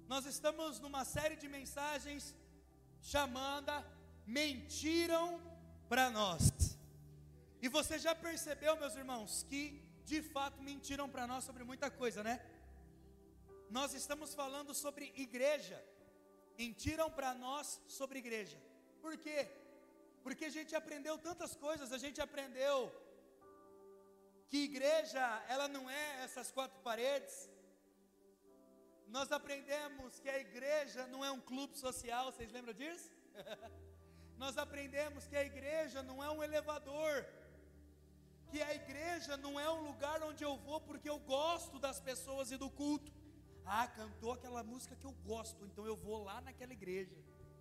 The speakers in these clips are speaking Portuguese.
Nós estamos numa série de mensagens chamada Mentiram para Nós. E você já percebeu, meus irmãos, que de fato mentiram para nós sobre muita coisa, né? Nós estamos falando sobre igreja. Mentiram para nós sobre igreja. Por quê? Porque a gente aprendeu tantas coisas. A gente aprendeu que igreja, ela não é essas quatro paredes. Nós aprendemos que a igreja não é um clube social. Vocês lembram disso? Nós aprendemos que a igreja não é um elevador, que a igreja não é um lugar onde eu vou porque eu gosto das pessoas e do culto. Ah, cantou aquela música que eu gosto, então eu vou lá naquela igreja.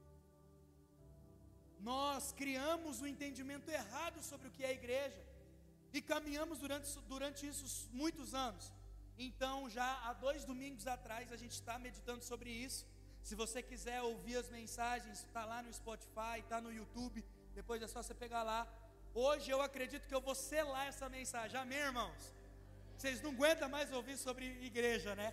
Nós criamos um entendimento errado sobre o que é igreja e caminhamos durante isso muitos anos. Então já há 2 domingos atrás a gente está meditando sobre isso. Se você quiser ouvir as mensagens, está lá no Spotify, está no YouTube, depois é só você pegar lá. Hoje eu acredito que eu vou selar essa mensagem, amém, irmãos? Vocês não aguentam mais ouvir sobre igreja, né?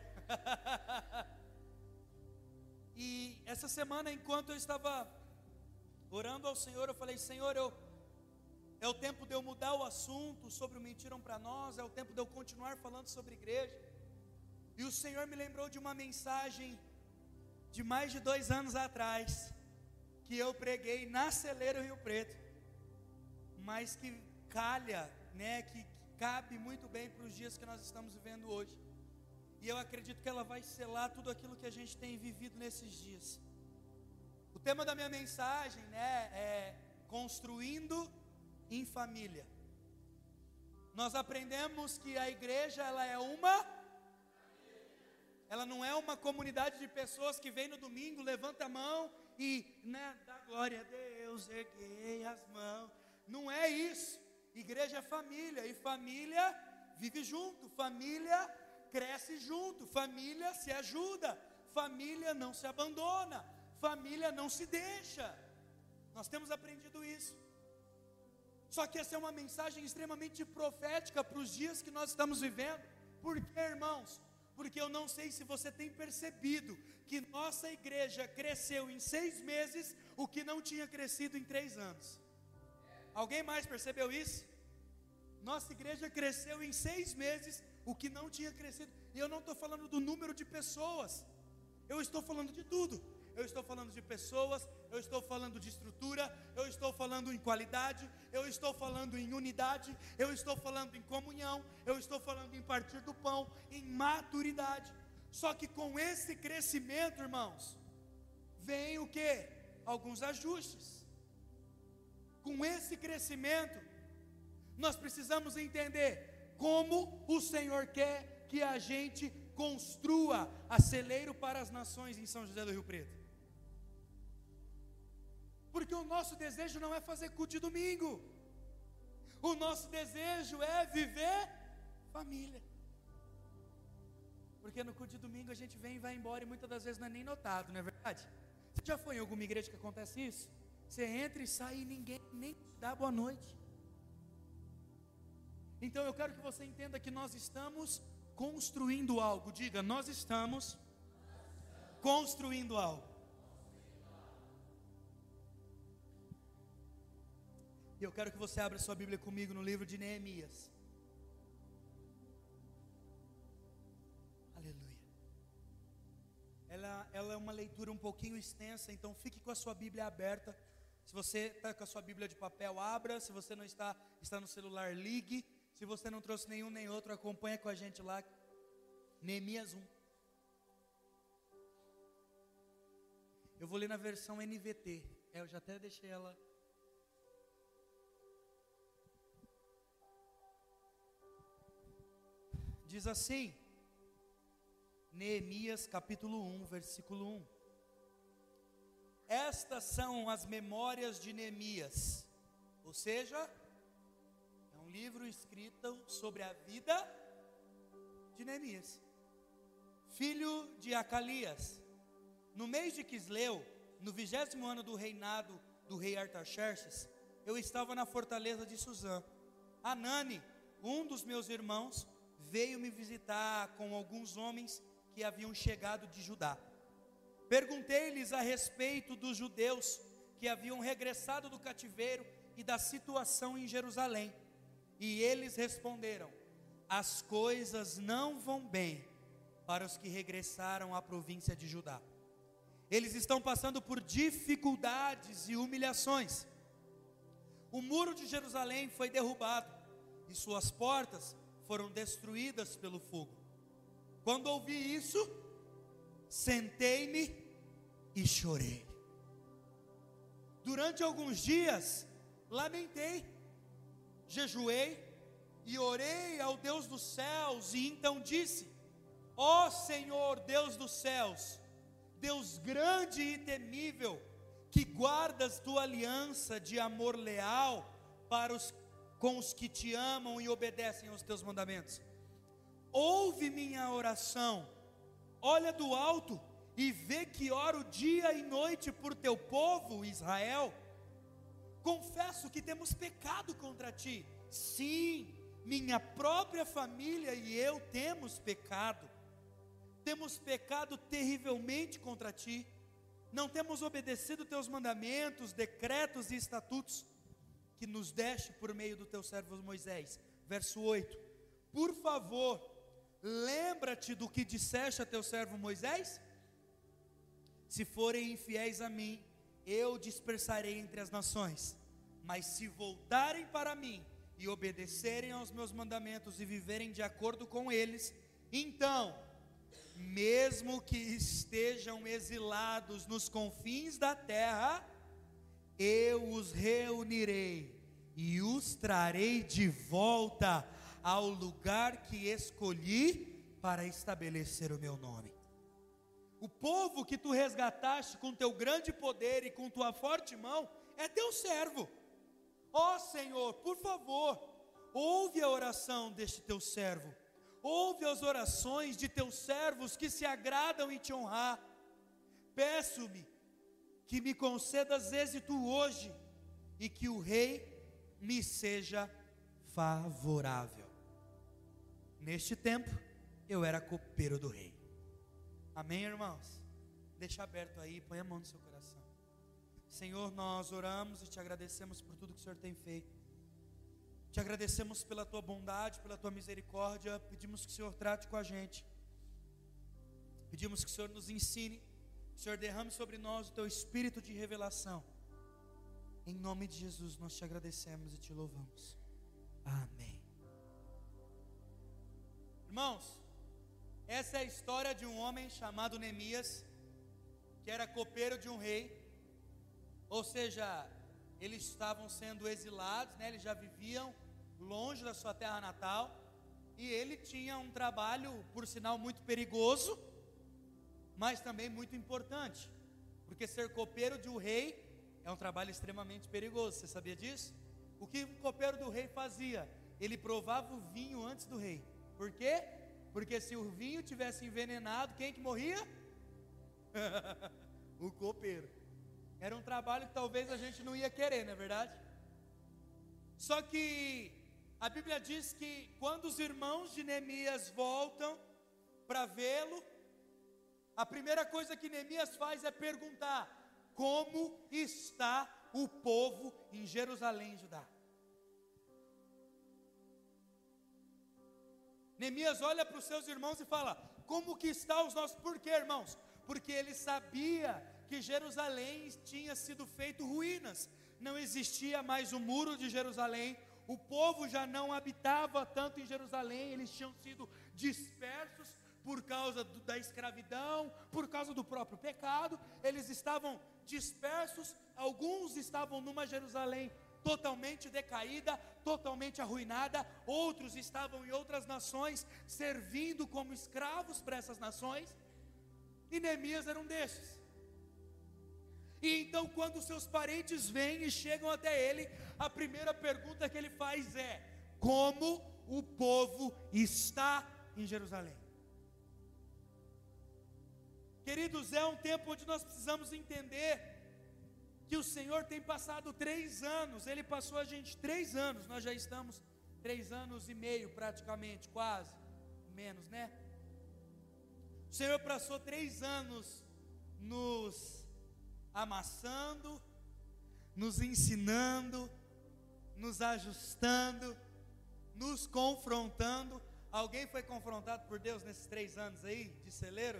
E essa semana, enquanto eu estava orando ao Senhor, eu falei: Senhor, é o tempo de eu mudar o assunto sobre o mentiram para nós, é o tempo de eu continuar falando sobre igreja. E o Senhor me lembrou de uma mensagem de mais de 2 anos atrás, que eu preguei na Celeiro Rio Preto, mas que calha, né, que cabe muito bem para os dias que nós estamos vivendo hoje. E eu acredito que ela vai selar tudo aquilo que a gente tem vivido nesses dias. O tema da minha mensagem, né, é construindo em família. Nós aprendemos que a igreja, ela não é uma comunidade de pessoas que vem no domingo, levanta a mão e, né, dá glória a Deus, erguei as mãos. Não é isso. Igreja é família, e família vive junto, família cresce junto, família se ajuda, família não se abandona, família não se deixa. Nós temos aprendido isso. Só que essa é uma mensagem extremamente profética para os dias que nós estamos vivendo. Por quê, irmãos? Porque eu não sei se você tem percebido que nossa igreja cresceu em 6 meses o que não tinha crescido em 3 anos. Alguém mais percebeu isso? Nossa igreja cresceu em 6 meses o que não tinha crescido. E eu não estou falando do número de pessoas, eu estou falando de tudo. Eu estou falando de pessoas, eu estou falando de estrutura, eu estou falando em qualidade, eu estou falando em unidade, eu estou falando em comunhão, eu estou falando em partir do pão, em maturidade. Só que com esse crescimento, irmãos, vem o quê? Alguns ajustes. Com esse crescimento, nós precisamos entender como o Senhor quer que a gente construa a Celeiro para as Nações em São José do Rio Preto. Porque o nosso desejo não é fazer culto de domingo. O nosso desejo é viver família. Porque no culto de domingo a gente vem e vai embora e muitas das vezes não é nem notado, não é verdade? Você já foi em alguma igreja que acontece isso? Você entra e sai e ninguém nem dá boa noite. Então eu quero que você entenda que nós estamos construindo algo. Diga, nós estamos construindo algo. E eu quero que você abra sua Bíblia comigo no livro de Neemias. Aleluia. Ela é uma leitura um pouquinho extensa, então fique com a sua Bíblia aberta. Se você está com a sua Bíblia de papel, abra. Se você não está no celular, ligue. Se você não trouxe nenhum nem outro, acompanha com a gente lá. Neemias 1. Eu vou ler na versão NVT. Eu já até deixei ela. Diz assim, Neemias capítulo 1, versículo 1. Estas são as memórias de Neemias, ou seja, é um livro escrito sobre a vida de Neemias, filho de Acalias. No mês de Quisleu, no 20º ano do reinado do rei Artaxerxes, eu estava na fortaleza de Suzã. Anani, um dos meus irmãos, veio me visitar com alguns homens que haviam chegado de Judá. Perguntei-lhes a respeito dos judeus que haviam regressado do cativeiro e da situação em Jerusalém. E eles responderam: as coisas não vão bem para os que regressaram à província de Judá. Eles estão passando por dificuldades e humilhações. O muro de Jerusalém foi derrubado e suas portas foram destruídas pelo fogo. Quando ouvi isso, sentei-me e chorei. Durante alguns dias, lamentei, jejuei e orei ao Deus dos céus, e então disse: ó Senhor, Deus dos céus, Deus grande e temível, que guardas tua aliança de amor leal com os que te amam e obedecem aos teus mandamentos, ouve minha oração, olha do alto e vê que oro dia e noite por teu povo Israel. Confesso que temos pecado contra ti. Sim, minha própria família e eu temos pecado. Temos pecado terrivelmente contra ti. Não temos obedecido teus mandamentos, decretos e estatutos que nos deste por meio do teu servo Moisés. Verso 8. Por favor, lembra-te do que disseste a teu servo Moisés? Se forem infiéis a mim, eu dispersarei entre as nações. Mas se voltarem para mim e obedecerem aos meus mandamentos e viverem de acordo com eles, então, mesmo que estejam exilados nos confins da terra, eu os reunirei e os trarei de volta ao lugar que escolhi para estabelecer o meu nome. O povo que tu resgataste com teu grande poder e com tua forte mão é teu servo. Ó Senhor, por favor, ouve a oração deste teu servo. Ouve as orações de teus servos que se agradam em te honrar. Peço-me que me concedas êxito hoje e que o rei me seja favorável. Neste tempo, eu era copeiro do rei. Amém, irmãos? Deixa aberto aí, põe a mão no seu coração. Senhor, nós oramos e te agradecemos por tudo que o Senhor tem feito. Te agradecemos pela tua bondade, pela tua misericórdia. Pedimos que o Senhor trate com a gente. Pedimos que o Senhor nos ensine. Que o Senhor derrame sobre nós o teu espírito de revelação. Em nome de Jesus nós te agradecemos e te louvamos. Amém. Irmãos, essa é a história de um homem chamado Neemias, que era copeiro de um rei. Ou seja, eles estavam sendo exilados, né? Eles já viviam longe da sua terra natal, e ele tinha um trabalho, por sinal, muito perigoso, mas também muito importante, porque ser copeiro de um rei é um trabalho extremamente perigoso. Você sabia disso? O que o copeiro do rei fazia? Ele provava o vinho antes do rei. Por quê? Porque se o vinho tivesse envenenado, quem que morria? O copeiro. Era um trabalho que talvez a gente não ia querer, não é verdade? Só que a Bíblia diz que quando os irmãos de Neemias voltam para vê-lo, a primeira coisa que Neemias faz é perguntar: como está o povo em Jerusalém e Judá? Neemias olha para os seus irmãos e fala: como que está os nossos? Por quê, irmãos? Porque ele sabia que Jerusalém tinha sido feito ruínas, não existia mais o muro de Jerusalém, o povo já não habitava tanto em Jerusalém, eles tinham sido dispersos por causa da escravidão, por causa do próprio pecado, eles estavam dispersos, alguns estavam numa Jerusalém totalmente decaída, totalmente arruinada, outros estavam em outras nações, servindo como escravos para essas nações, e Neemias era um desses. E então, quando seus parentes vêm e chegam até ele, a primeira pergunta que ele faz é: como o povo está em Jerusalém? Queridos, é um tempo onde nós precisamos entender que o Senhor tem passado 3 anos, Ele passou a gente 3 anos, nós já estamos 3 anos e meio praticamente, quase, menos, né? O Senhor passou 3 anos nos amassando, nos ensinando, nos ajustando, nos confrontando. Alguém foi confrontado por Deus nesses 3 anos aí de celeiro?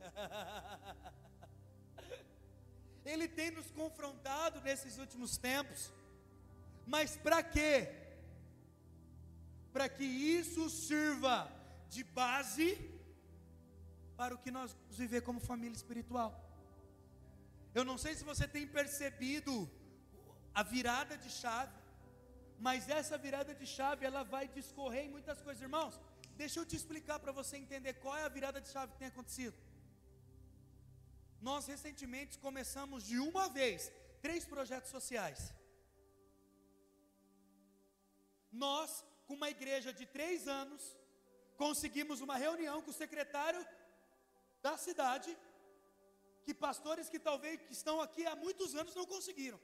Ele tem nos confrontado nesses últimos tempos, mas para quê? Para que isso sirva de base para o que nós vamos viver como família espiritual. Eu não sei se você tem percebido a virada de chave, mas essa virada de chave, ela vai discorrer em muitas coisas. Irmãos, deixa eu te explicar para você entender qual é a virada de chave que tem acontecido. Nós recentemente começamos de uma vez 3 projetos sociais. Nós, com uma igreja de 3 anos, conseguimos uma reunião com o secretário da cidade, que pastores que talvez que estão aqui há muitos anos não conseguiram.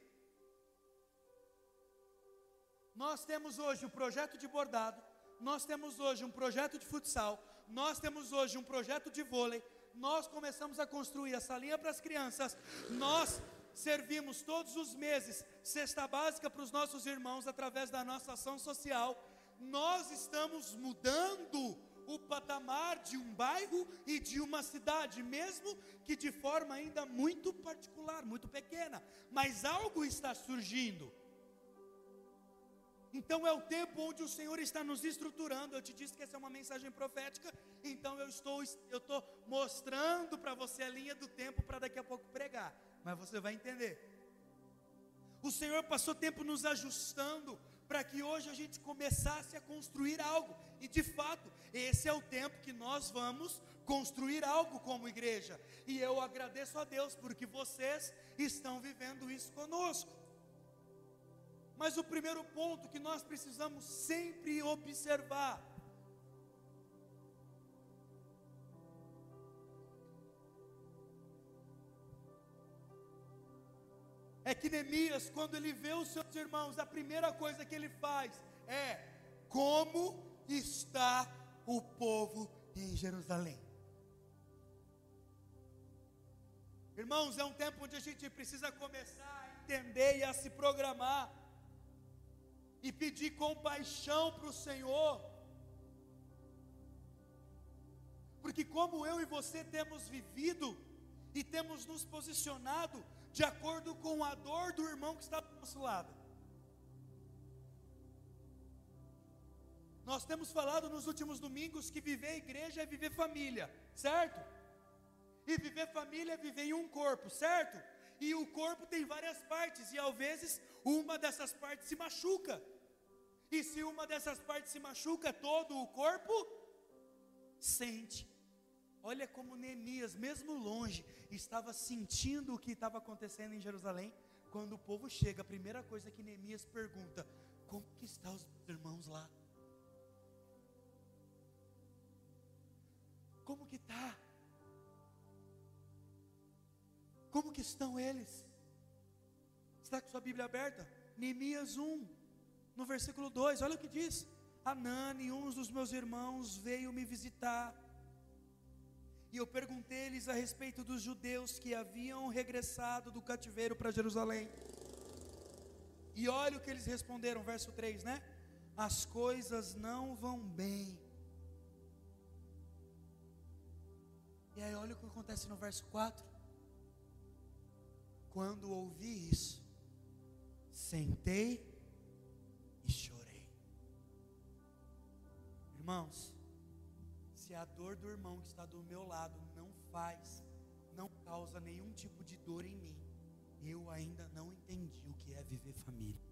Nós temos hoje um projeto de bordado, nós temos hoje um projeto de futsal, nós temos hoje um projeto de vôlei, nós começamos a construir a salinha para as crianças, nós servimos todos os meses cesta básica para os nossos irmãos através da nossa ação social. Nós estamos mudando o patamar de um bairro e de uma cidade, mesmo que de forma ainda muito particular, muito pequena, mas algo está surgindo. Então é o tempo onde o Senhor está nos estruturando. Eu te disse que essa é uma mensagem profética, então eu estou mostrando para você a linha do tempo para daqui a pouco pregar, mas você vai entender. O Senhor passou tempo nos ajustando para que hoje a gente começasse a construir algo, e de fato, esse é o tempo que nós vamos construir algo como igreja, e eu agradeço a Deus porque vocês estão vivendo isso conosco. Mas o primeiro ponto que nós precisamos sempre observar é que Neemias, quando ele vê os seus irmãos, a primeira coisa que ele faz é: como está o povo em Jerusalém? Irmãos, é um tempo onde a gente precisa começar a entender e a se programar e pedir compaixão para o Senhor, porque como eu e você temos vivido e temos nos posicionado de acordo com a dor do irmão que está do nosso lado. Nós temos falado nos últimos domingos que viver igreja é viver família, certo? E viver família é viver em um corpo, certo? E o corpo tem várias partes, e às vezes uma dessas partes se machuca. E se uma dessas partes se machuca, todo o corpo sente. Olha como Neemias, mesmo longe, estava sentindo o que estava acontecendo em Jerusalém. Quando o povo chega, a primeira coisa que Neemias pergunta: como que estão os irmãos lá? Como que está? Como que estão eles? Está com sua Bíblia aberta? Neemias 1, no versículo 2, olha o que diz: Anani, um dos meus irmãos, veio me visitar, e eu perguntei-lhes a respeito dos judeus que haviam regressado do cativeiro para Jerusalém. E olha o que eles responderam, verso 3, né? As coisas não vão bem. E aí olha o que acontece no verso 4. Quando ouvi isso, sentei e chorei. Irmãos, se a dor do irmão que está do meu lado não causa nenhum tipo de dor em mim, eu ainda não entendi o que é viver família.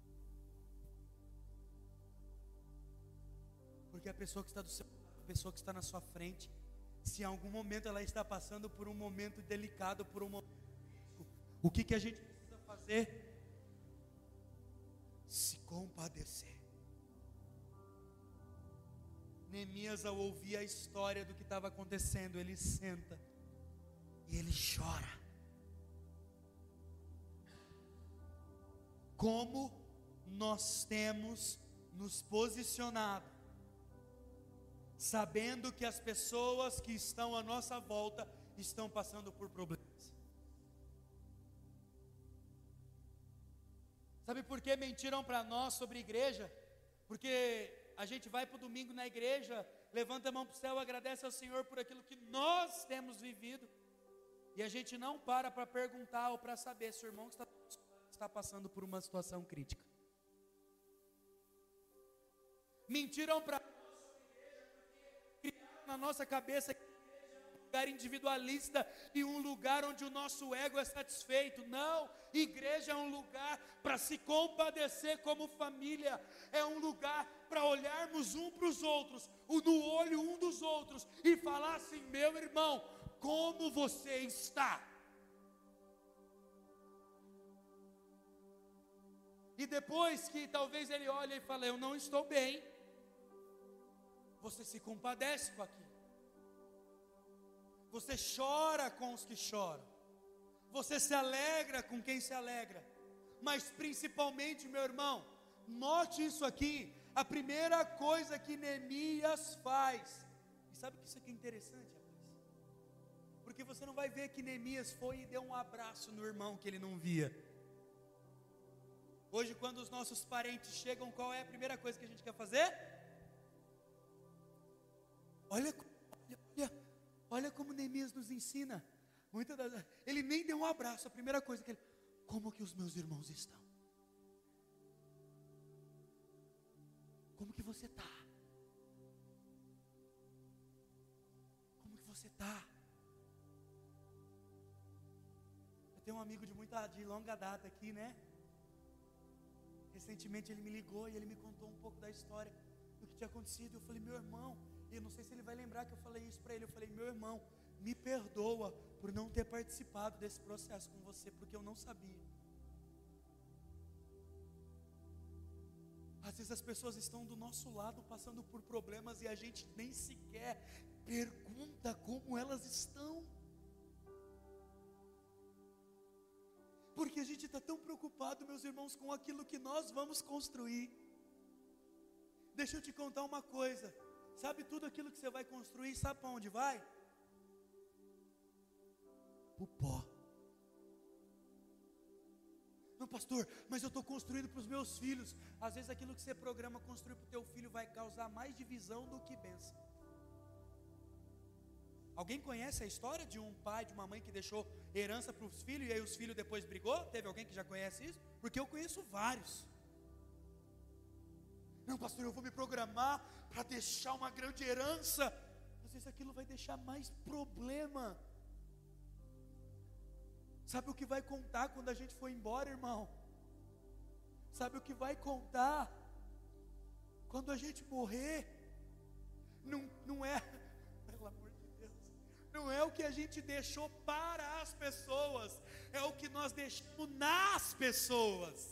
Porque a pessoa que está do seu lado, a pessoa que está na sua frente, se em algum momento ela está passando por um momento delicado, por um momento, o que a gente precisa fazer? Se compadecer. Neemias, ao ouvir a história do que estava acontecendo, ele senta e ele chora. Como nós temos nos posicionado, sabendo que as pessoas que estão à nossa volta estão passando por problemas. Sabe por que mentiram para nós sobre igreja? Porque a gente vai para o domingo na igreja, levanta a mão para o céu, agradece ao Senhor por aquilo que nós temos vivido, e a gente não para perguntar ou para saber se o irmão que está passando por uma situação crítica. Mentiram para nós sobre igreja, porque criaram na nossa cabeça que lugar individualista e um lugar onde o nosso ego é satisfeito. Não, igreja é um lugar para se compadecer como família, é um lugar para olharmos um para os outros, no olho um dos outros e falar assim: meu irmão, como você está? E depois que talvez ele olhe e fale: eu não estou bem, você se compadece com aquilo. Você chora com os que choram, você se alegra com quem se alegra, mas principalmente, meu irmão, note isso aqui, a primeira coisa que Neemias faz, e sabe que isso aqui é interessante, rapaz? Porque você não vai ver que Neemias foi e deu um abraço no irmão que ele não via. Hoje, quando os nossos parentes chegam, qual é a primeira coisa que a gente quer fazer? Olha como Neemias nos ensina. Ele nem deu um abraço. A primeira coisa que ele: como que os meus irmãos estão? Como que você está? Como que você está? Eu tenho um amigo de longa data aqui, né? Recentemente ele me ligou e ele me contou um pouco da história do que tinha acontecido. Eu falei: meu irmão, e eu não sei se ele vai lembrar que eu falei isso para ele. Eu falei: meu irmão, me perdoa por não ter participado desse processo com você, porque eu não sabia. Às vezes as pessoas estão do nosso lado passando por problemas e a gente nem sequer pergunta como elas estão, porque a gente está tão preocupado, meus irmãos, com aquilo que nós vamos construir. Deixa eu te contar uma coisa. Sabe, tudo aquilo que você vai construir, sabe para onde vai? Para o pó. Não, pastor, mas eu estou construindo para os meus filhos. Às vezes aquilo que você programa construir para o teu filho vai causar mais divisão do que bênção. Alguém conhece a história de um pai, de uma mãe que deixou herança para os filhos e aí os filhos depois brigou? Teve alguém que já conhece isso? Porque eu conheço vários. Não, pastor, eu vou me programar para deixar uma grande herança. Às vezes aquilo vai deixar mais problema. Sabe o que vai contar quando a gente for embora, irmão? Sabe o que vai contar quando a gente morrer? Não é, pelo amor de Deus, não é o que a gente deixou para as pessoas, é o que nós deixamos nas pessoas.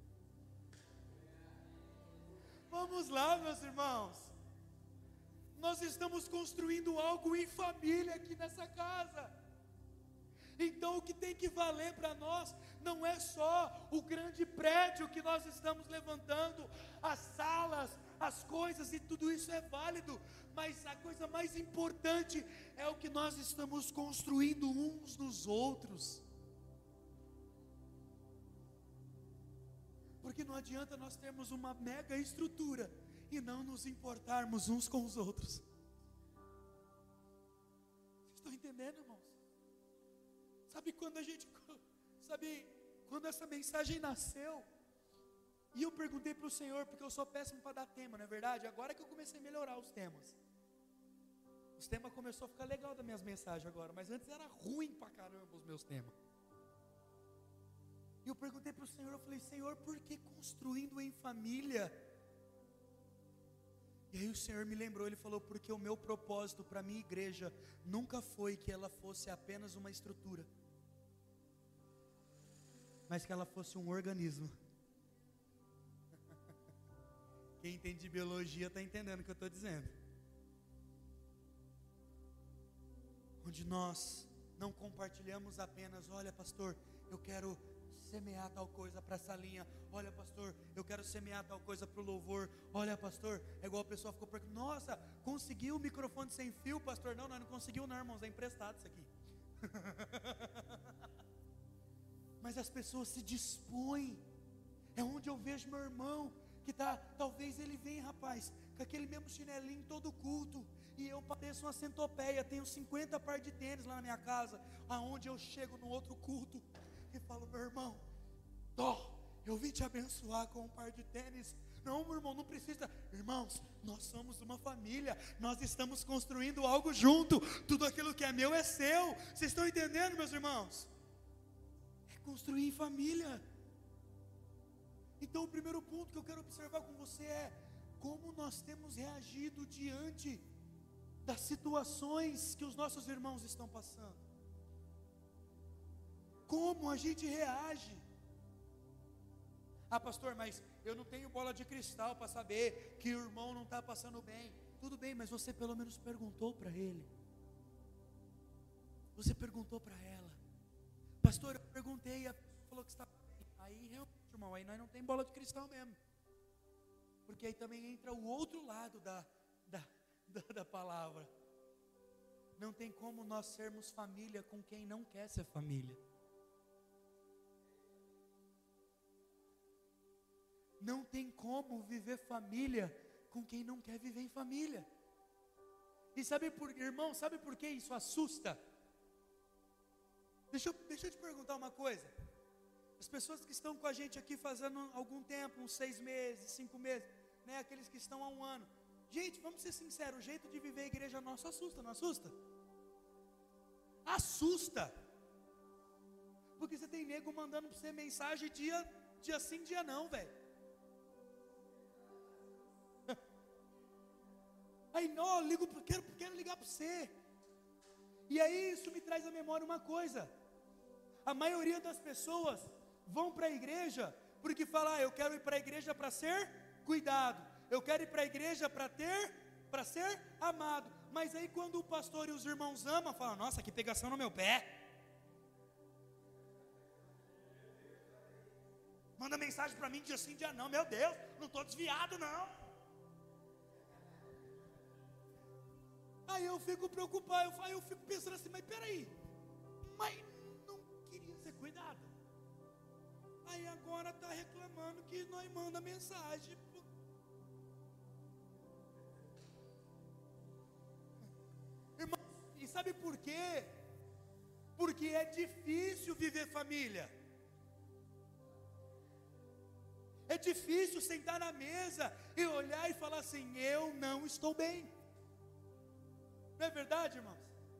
Vamos lá, meus irmãos. Nós estamos construindo algo em família aqui nessa casa. Então o que tem que valer para nós não é só o grande prédio que nós estamos levantando, as salas, as coisas, e tudo isso é válido, mas a coisa mais importante é o que nós estamos construindo uns nos outros. Porque não adianta nós termos uma mega estrutura e não nos importarmos uns com os outros. Vocês estão entendendo, irmãos? Sabe quando essa mensagem nasceu, e eu perguntei para o Senhor, porque eu sou péssimo para dar tema, não é verdade? Agora que eu comecei a melhorar os temas. Os temas começou a ficar legal das minhas mensagens agora, mas antes era ruim pra caramba os meus temas. E eu perguntei para o Senhor, eu falei: Senhor, por que construindo em família? E aí o Senhor me lembrou, Ele falou: porque o meu propósito para a minha igreja nunca foi que ela fosse apenas uma estrutura, mas que ela fosse um organismo. Quem entende de biologia está entendendo o que eu estou dizendo. Onde nós não compartilhamos apenas: olha, pastor, eu quero semear tal coisa para essa linha. Olha, pastor, eu quero semear tal coisa para o louvor. Olha, pastor, é igual a pessoa ficou perguntando: nossa, conseguiu o microfone sem fio, pastor? Não, nós não conseguimos não, irmãos, é emprestado isso aqui. Mas as pessoas se dispõem. É onde eu vejo meu irmão, que talvez ele venha, rapaz, com aquele mesmo chinelinho todo culto, e eu pareço uma centopeia, tenho 50 par de tênis lá na minha casa, aonde eu chego no outro culto, e falo, meu irmão, eu vim te abençoar com um par de tênis. Não, meu irmão, não precisa. Irmãos, nós somos uma família, nós estamos construindo algo junto, tudo aquilo que é meu é seu. Vocês estão entendendo, meus irmãos? É construir em família. Então o primeiro ponto que eu quero observar com você é como nós temos reagido diante das situações que os nossos irmãos estão passando. Como a gente reage? Ah, pastor, mas eu não tenho bola de cristal para saber que o irmão não está passando bem. Tudo bem, mas você pelo menos perguntou para ele. Você perguntou para ela. Pastor, eu perguntei e a pessoa falou que estava bem. Aí realmente, irmão, aí nós não tem bola de cristal mesmo. Porque aí também entra o outro lado da palavra. Não tem como nós sermos família com quem não quer ser família. Não tem como viver família com quem não quer viver em família. E irmão, sabe por que isso assusta? Deixa eu te perguntar uma coisa. As pessoas que estão com a gente aqui fazendo algum tempo, uns 6 meses, 5 meses, né, aqueles que estão há 1 ano. Gente, vamos ser sinceros, o jeito de viver a igreja nossa assusta, não assusta? Assusta. Porque você tem nego mandando para você mensagem dia sim, dia não, velho. Aí não, quero ligar para você. E aí isso me traz à memória uma coisa. A maioria das pessoas vão para a igreja porque fala, eu quero ir para a igreja para ser cuidado. Eu quero ir para a igreja para ser amado. Mas aí quando o pastor e os irmãos amam, falam, nossa, que pegação no meu pé. Manda mensagem para mim dia sim, dia não. Meu Deus, não estou desviado não. Aí eu fico preocupado, eu fico pensando assim, mas peraí, mas não queria ser cuidado. Aí agora está reclamando que nós manda mensagem. Irmão, e sabe por quê? Porque é difícil viver família. É difícil sentar na mesa e olhar e falar assim, eu não estou bem. Não é verdade, irmãos?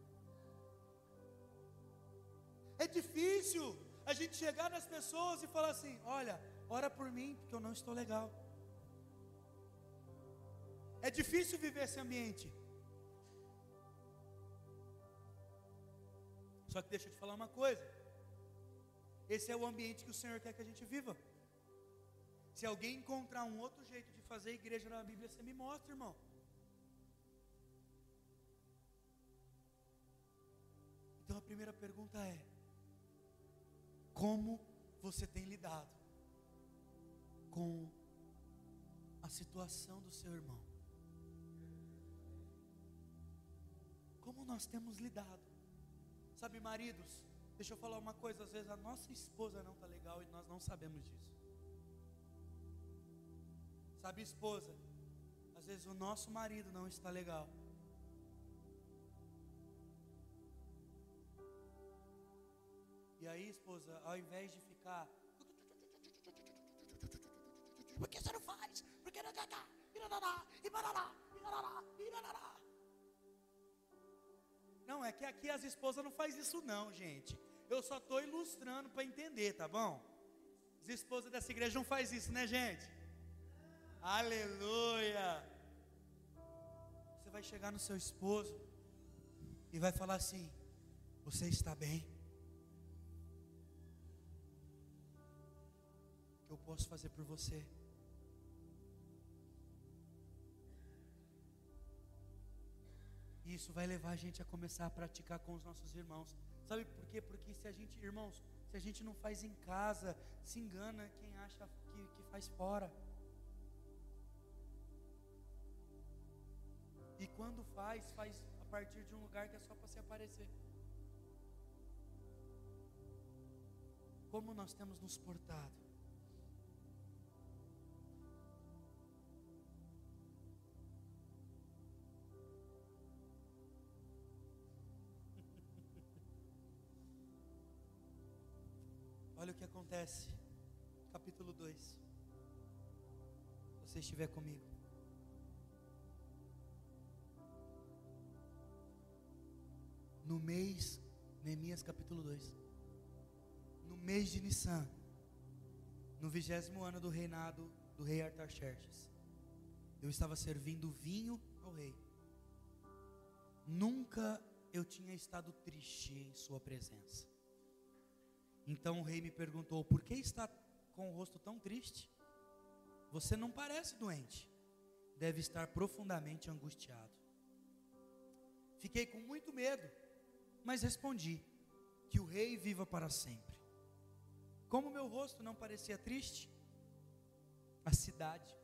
É difícil a gente chegar nas pessoas e falar assim, olha, ora por mim, porque eu não estou legal. É difícil viver esse ambiente. Só que deixa eu te falar uma coisa. Esse é o ambiente que o Senhor quer que a gente viva. Se alguém encontrar um outro jeito de fazer igreja na Bíblia, você me mostra, irmão. Então a primeira pergunta é: como você tem lidado com a situação do seu irmão? Como nós temos lidado? Sabe, maridos, deixa eu falar uma coisa, às vezes a nossa esposa não está legal e nós não sabemos disso. Sabe, esposa, às vezes o nosso marido não está legal. E aí, esposa, ao invés de ficar, por que você não faz? Por que não dá? Não, é que aqui as esposas não fazem isso não, gente. Eu só estou ilustrando para entender, tá bom? As esposas dessa igreja não fazem isso, né, gente? Aleluia! Você vai chegar no seu esposo e vai falar assim: você está bem? O que eu posso fazer por você? E isso vai levar a gente a começar a praticar com os nossos irmãos. Sabe por quê? Porque se a gente, irmãos, se a gente não faz em casa, se engana quem acha que faz fora. E quando faz a partir de um lugar que é só para se aparecer. como nós temos nos portado. Olha o que acontece, capítulo 2. Se você estiver comigo. No mês, Neemias capítulo 2. No mês de Nissan, no 20º ano do reinado do rei Artaxerxes, eu estava servindo vinho ao rei. Nunca eu tinha estado triste em sua presença. Então o rei me perguntou: por que está com o rosto tão triste? Você não parece doente, deve estar profundamente angustiado. Fiquei com muito medo, mas respondi: que o rei viva para sempre. Como meu rosto não parecia triste, a cidade,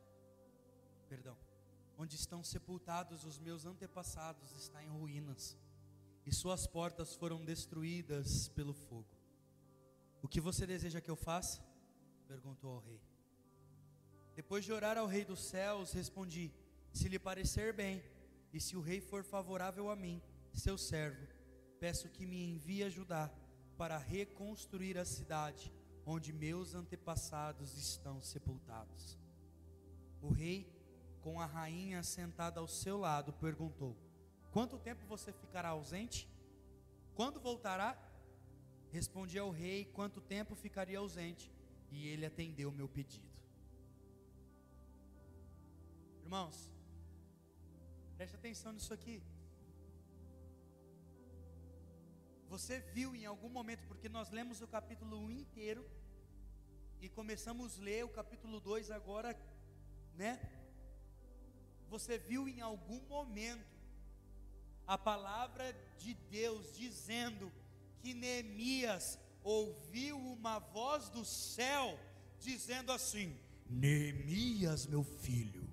onde estão sepultados os meus antepassados, está em ruínas, e suas portas foram destruídas pelo fogo. O que você deseja que eu faça? Perguntou ao rei. Depois de orar ao rei dos céus, respondi: se lhe parecer bem, e se o rei for favorável a mim, seu servo, peço que me envie a Judá para reconstruir a cidade onde meus antepassados estão sepultados. O rei, com a rainha sentada ao seu lado, perguntou: quanto tempo você ficará ausente? Quando voltará? Respondi ao rei quanto tempo ficaria ausente, e ele atendeu o meu pedido. Irmãos, preste atenção nisso aqui. Você viu em algum momento, porque nós lemos o capítulo 1 inteiro e começamos a ler o capítulo 2 agora, né? Você viu em algum momento a palavra de Deus dizendo que Neemias ouviu uma voz do céu dizendo assim: Neemias, meu filho,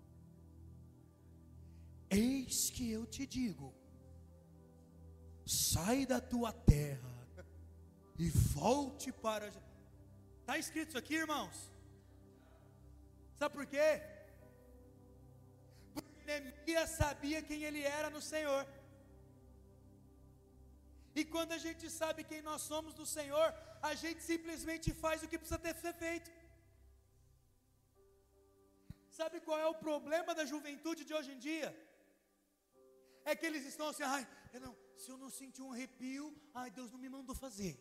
eis que eu te digo, sai da tua terra e volte para... Está escrito isso aqui, irmãos? Sabe por quê? Porque Neemias sabia quem ele era no Senhor. E quando a gente sabe quem nós somos do Senhor, a gente simplesmente faz o que precisa ser feito. Sabe qual é o problema da juventude de hoje em dia? É que eles estão assim: se eu não sentir um arrepio, Deus não me mandou fazer.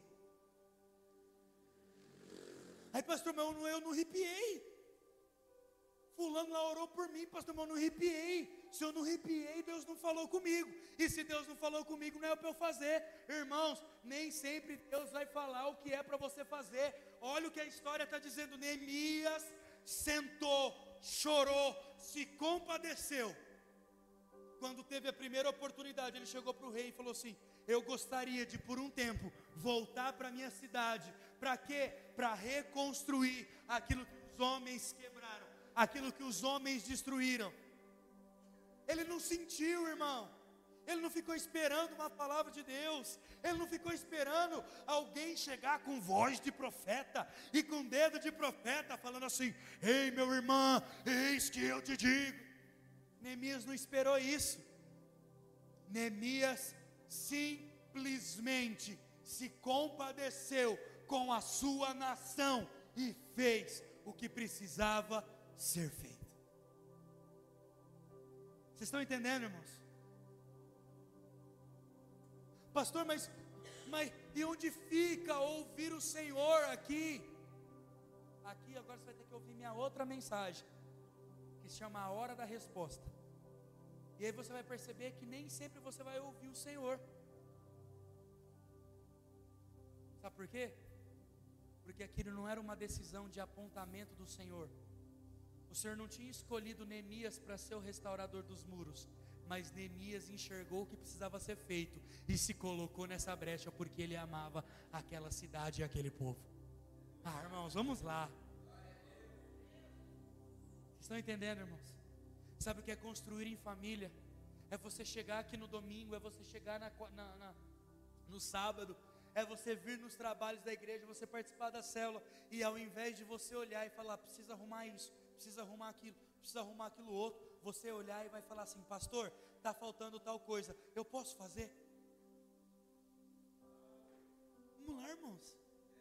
Aí, pastor, mas eu não arrepiei. Fulano lá orou por mim, pastor, mas eu não arrepiei. Se eu não arrepiei, Deus não falou comigo. E se Deus não falou comigo, não é para eu fazer. Irmãos, nem sempre Deus vai falar o que é para você fazer. Olha o que a história está dizendo. Neemias sentou, chorou, se compadeceu. Quando teve a primeira oportunidade, ele chegou para o rei e falou assim: eu gostaria de por um tempo voltar para a minha cidade. Para quê? Para reconstruir aquilo que os homens quebraram, aquilo que os homens destruíram. Ele não sentiu, irmão. Ele não ficou esperando uma palavra de Deus. Ele não ficou esperando alguém chegar com voz de profeta e com dedo de profeta, falando assim: ei, meu irmão, eis que eu te digo. Neemias não esperou isso. Neemias simplesmente se compadeceu com a sua nação e fez o que precisava ser feito. Vocês estão entendendo, irmãos? Pastor, mas e onde fica ouvir o Senhor aqui? Aqui agora você vai ter que ouvir minha outra mensagem, que se chama A Hora da Resposta. E aí você vai perceber que nem sempre você vai ouvir o Senhor. Sabe por quê? Porque aquilo não era uma decisão de apontamento do Senhor. O Senhor não tinha escolhido Neemias para ser o restaurador dos muros, mas Neemias enxergou o que precisava ser feito e se colocou nessa brecha porque ele amava aquela cidade e aquele povo. Irmãos, vamos lá. Vocês estão entendendo, irmãos? Sabe o que é construir em família? É você chegar aqui no domingo, é você chegar no sábado é você vir nos trabalhos da igreja, você participar da célula, e ao invés de você olhar e falar, precisa arrumar isso, precisa arrumar aquilo, precisa arrumar aquilo outro, você olhar e vai falar assim, pastor, está faltando tal coisa, eu posso fazer? Vamos lá, irmãos.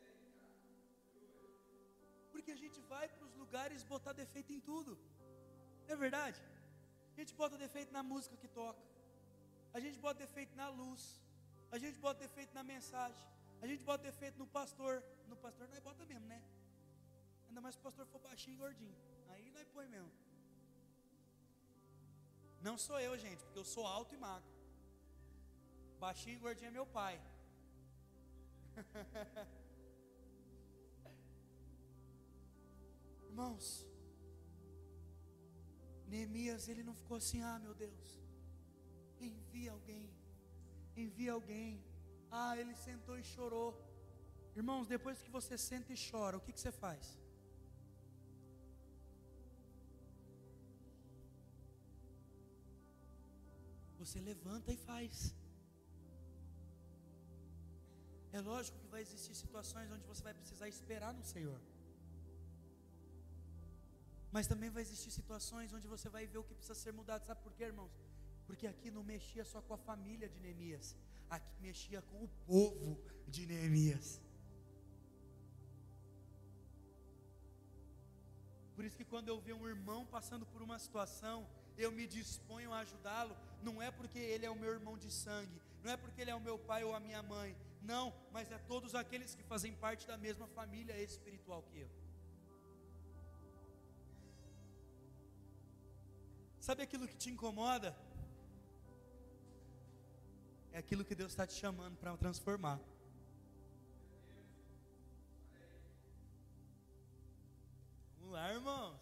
Porque a gente vai para os lugares botar defeito em tudo, não é verdade? A gente bota defeito na música que toca, a gente bota defeito na luz, a gente bota defeito na mensagem, a gente bota defeito no pastor nós bota mesmo, né? Ainda mais se o pastor for baixinho e gordinho, aí nós põe mesmo. Não sou eu, gente, porque eu sou alto e magro. Baixinho e gordinho é meu pai. Irmãos, Neemias, ele não ficou assim, meu Deus, envia alguém. Ele sentou e chorou. Irmãos, depois que você senta e chora, o que você faz? Você levanta e faz. É lógico que vai existir situações onde você vai precisar esperar no Senhor, mas também vai existir situações onde você vai ver o que precisa ser mudado. Sabe por quê, irmãos? Porque aqui não mexia só com a família de Neemias, aqui mexia com o povo de Neemias. Por isso que quando eu ver um irmão passando por uma situação, eu me disponho a ajudá-lo, não é porque ele é o meu irmão de sangue, não é porque ele é o meu pai ou a minha mãe, não, mas é todos aqueles que fazem parte da mesma família espiritual que eu. Sabe aquilo que te incomoda? É aquilo que Deus está te chamando para transformar. Vamos lá, irmãos.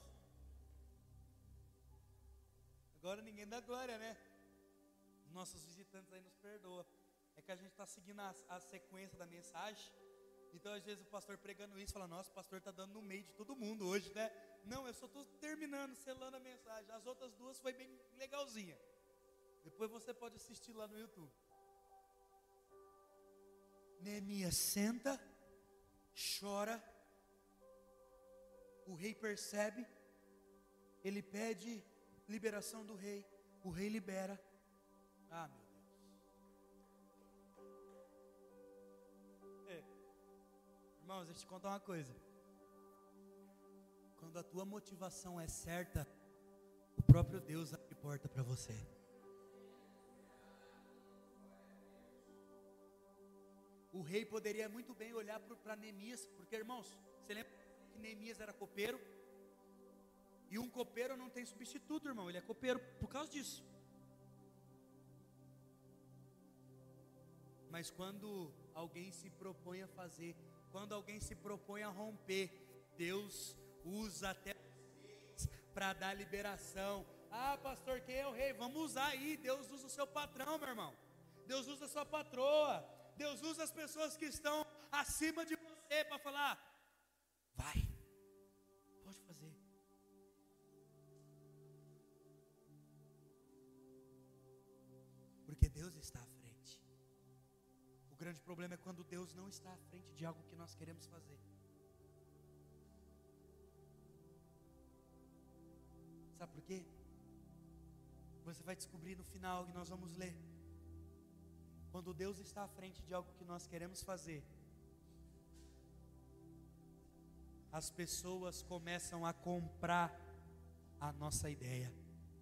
Agora ninguém dá glória, né? Nossos visitantes aí nos perdoam. É que a gente está seguindo a sequência da mensagem. Então às vezes o pastor pregando isso, fala, nossa, o pastor está dando no meio de todo mundo hoje, né? Não, eu só estou terminando, selando a mensagem. As outras duas foi bem legalzinha. Depois você pode assistir lá no YouTube. Neemias senta, chora. O rei percebe. Ele pede liberação do rei. O rei libera. Meu Deus. Irmãos, deixa eu te contar uma coisa. Quando a tua motivação é certa, o próprio Deus abre porta para você. O rei poderia muito bem olhar para Neemias, porque, irmãos, você lembra que Neemias era copeiro? E um copeiro não tem substituto, irmão, ele é copeiro por causa disso. Mas quando alguém se propõe a fazer, quando alguém se propõe a romper, Deus usa até para dar liberação. Pastor, quem é o rei? Vamos usar aí. Deus usa o seu patrão, meu irmão. Deus usa a sua patroa. Deus usa as pessoas que estão acima de você para falar, vai, pode fazer. Porque Deus está à frente. O grande problema é quando Deus não está à frente de algo que nós queremos fazer. Sabe por quê? Você vai descobrir no final, e nós vamos ler. Quando Deus está à frente de algo que nós queremos fazer, as pessoas começam a comprar a nossa ideia.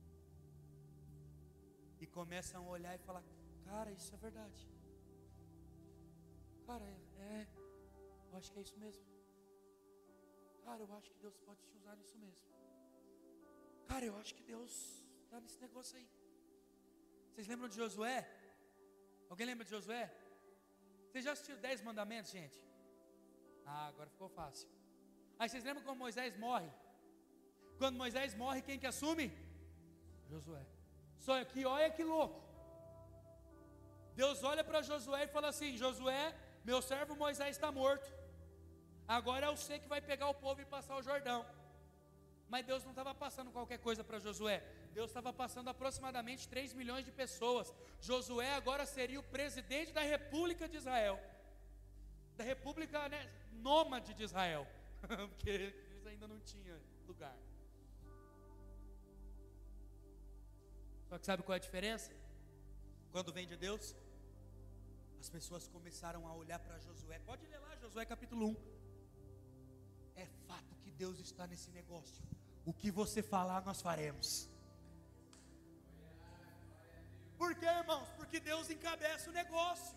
E começam a olhar e falar, cara, isso é verdade. Cara, eu acho que é isso mesmo. Cara, eu acho que Deus pode te usar nisso mesmo. Cara, eu acho que Deus está nesse negócio aí. Vocês lembram de Josué? Alguém lembra de Josué? Vocês já assistiram 10 mandamentos, gente? Agora ficou fácil. Aí vocês lembram como Moisés morre? Quando Moisés morre, quem que assume? Josué. Só que olha que louco. Deus olha para Josué e fala assim, Josué, meu servo Moisés está morto. Agora é você que vai pegar o povo e passar o Jordão. Mas Deus não estava passando qualquer coisa para Josué. Deus estava passando aproximadamente 3 milhões de pessoas. Josué agora seria o presidente da República de Israel. da República, né, Nômade de Israel, porque eles ainda não tinham lugar. Só que sabe qual é a diferença? Quando vem de Deus, as pessoas começaram a olhar para Josué. Pode ler lá, Josué capítulo 1. É fato que Deus está nesse negócio. O que você falar, nós faremos. Por quê, irmãos? Porque Deus encabeça o negócio.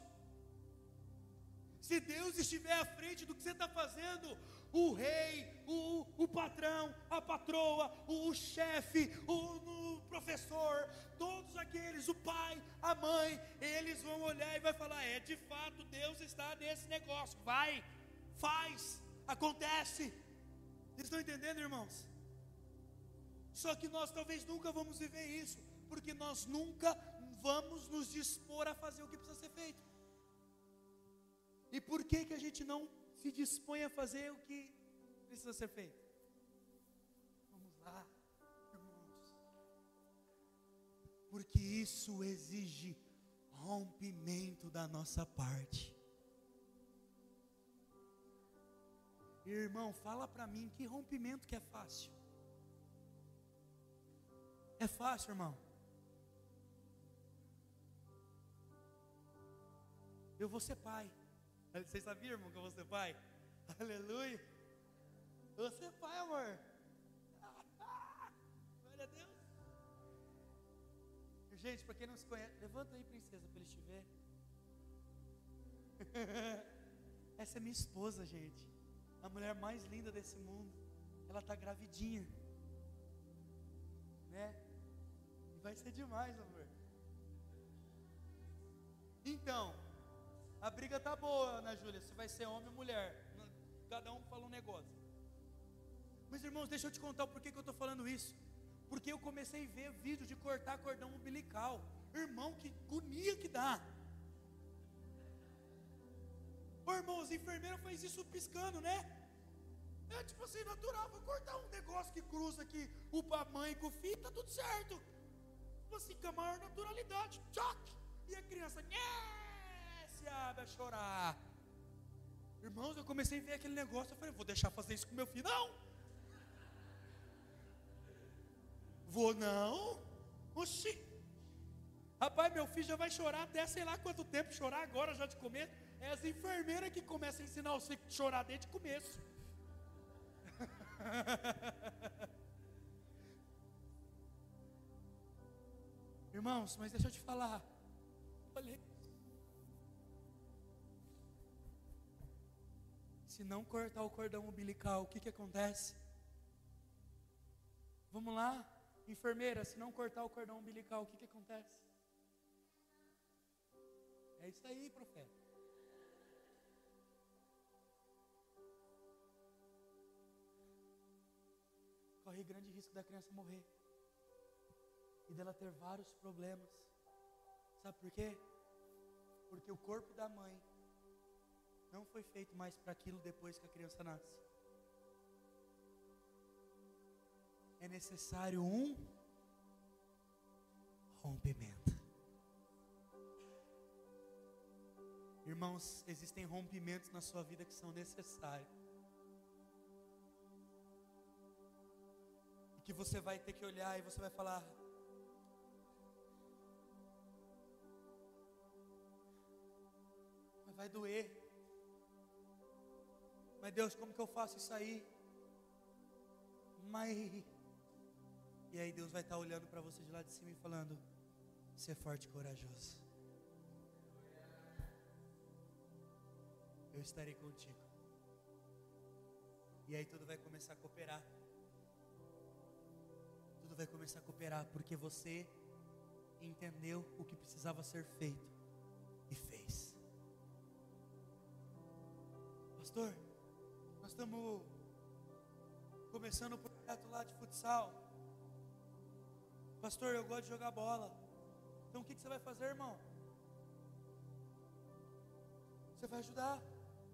Se Deus estiver à frente do que você está fazendo, o rei, o patrão, a patroa, o chefe, o professor, todos aqueles, o pai, a mãe, eles vão olhar e vai falar: é, de fato Deus está nesse negócio. Vai, faz, acontece. Vocês estão entendendo, irmãos? Só que nós talvez nunca vamos viver isso, porque nós nunca vamos nos dispor a fazer o que precisa ser feito. E por que a gente não se dispõe a fazer o que precisa ser feito? Vamos lá, irmãos. Porque isso exige rompimento da nossa parte. Irmão, fala para mim, que rompimento que é fácil? É fácil, irmão? Eu vou ser pai. Vocês sabiam, irmão, que eu vou ser pai? Aleluia. Eu vou ser pai, amor. Glória a Deus. Gente, para quem não se conhece, levanta aí, princesa, para eles te ver. Essa é minha esposa, gente. A mulher mais linda desse mundo. Ela está gravidinha, né? E vai ser demais, amor. Então, a briga tá boa, Ana Júlia, se vai ser homem ou mulher. Cada um fala um negócio. Mas, irmãos, deixa eu te contar o porquê que eu estou falando isso. Porque eu comecei a ver vídeo de cortar cordão umbilical. Irmão, que agonia que dá. Ô, irmão, as enfermeiras fazem isso piscando, né? É tipo assim, natural. Vou cortar um negócio que cruza aqui a mãe com o filho, tá tudo certo. Tipo assim, com a maior naturalidade. Tchoc! E a criança, se abre a chorar. Irmãos, eu comecei a ver aquele negócio. Eu falei, vou deixar fazer isso com meu filho? Não. Vou não. Oxi. Rapaz, meu filho já vai chorar até sei lá quanto tempo. Chorar agora já de começo. É as enfermeiras que começam a ensinar você a chorar desde o começo. Irmãos, mas deixa eu te falar. Olha, se não cortar o cordão umbilical, o que acontece? Vamos lá, enfermeira, se não cortar o cordão umbilical, o que acontece? É isso aí, profeta. Corre grande risco da criança morrer e dela ter vários problemas. Sabe por quê? Porque o corpo da mãe não foi feito mais para aquilo depois que a criança nasce. É necessário um rompimento. Irmãos, existem rompimentos na sua vida que são necessários. E que você vai ter que olhar e você vai falar: mas vai doer. Mas Deus, como que eu faço isso aí? Mas... E aí Deus vai estar olhando para você de lá de cima e falando: ser forte e corajoso. Eu estarei contigo. E aí tudo vai começar a cooperar. Tudo vai começar a cooperar, porque você entendeu o que precisava ser feito e fez. Pastor, nós estamos começando um projeto lá de futsal. Pastor, eu gosto de jogar bola. Então o que você vai fazer, irmão? Você vai ajudar.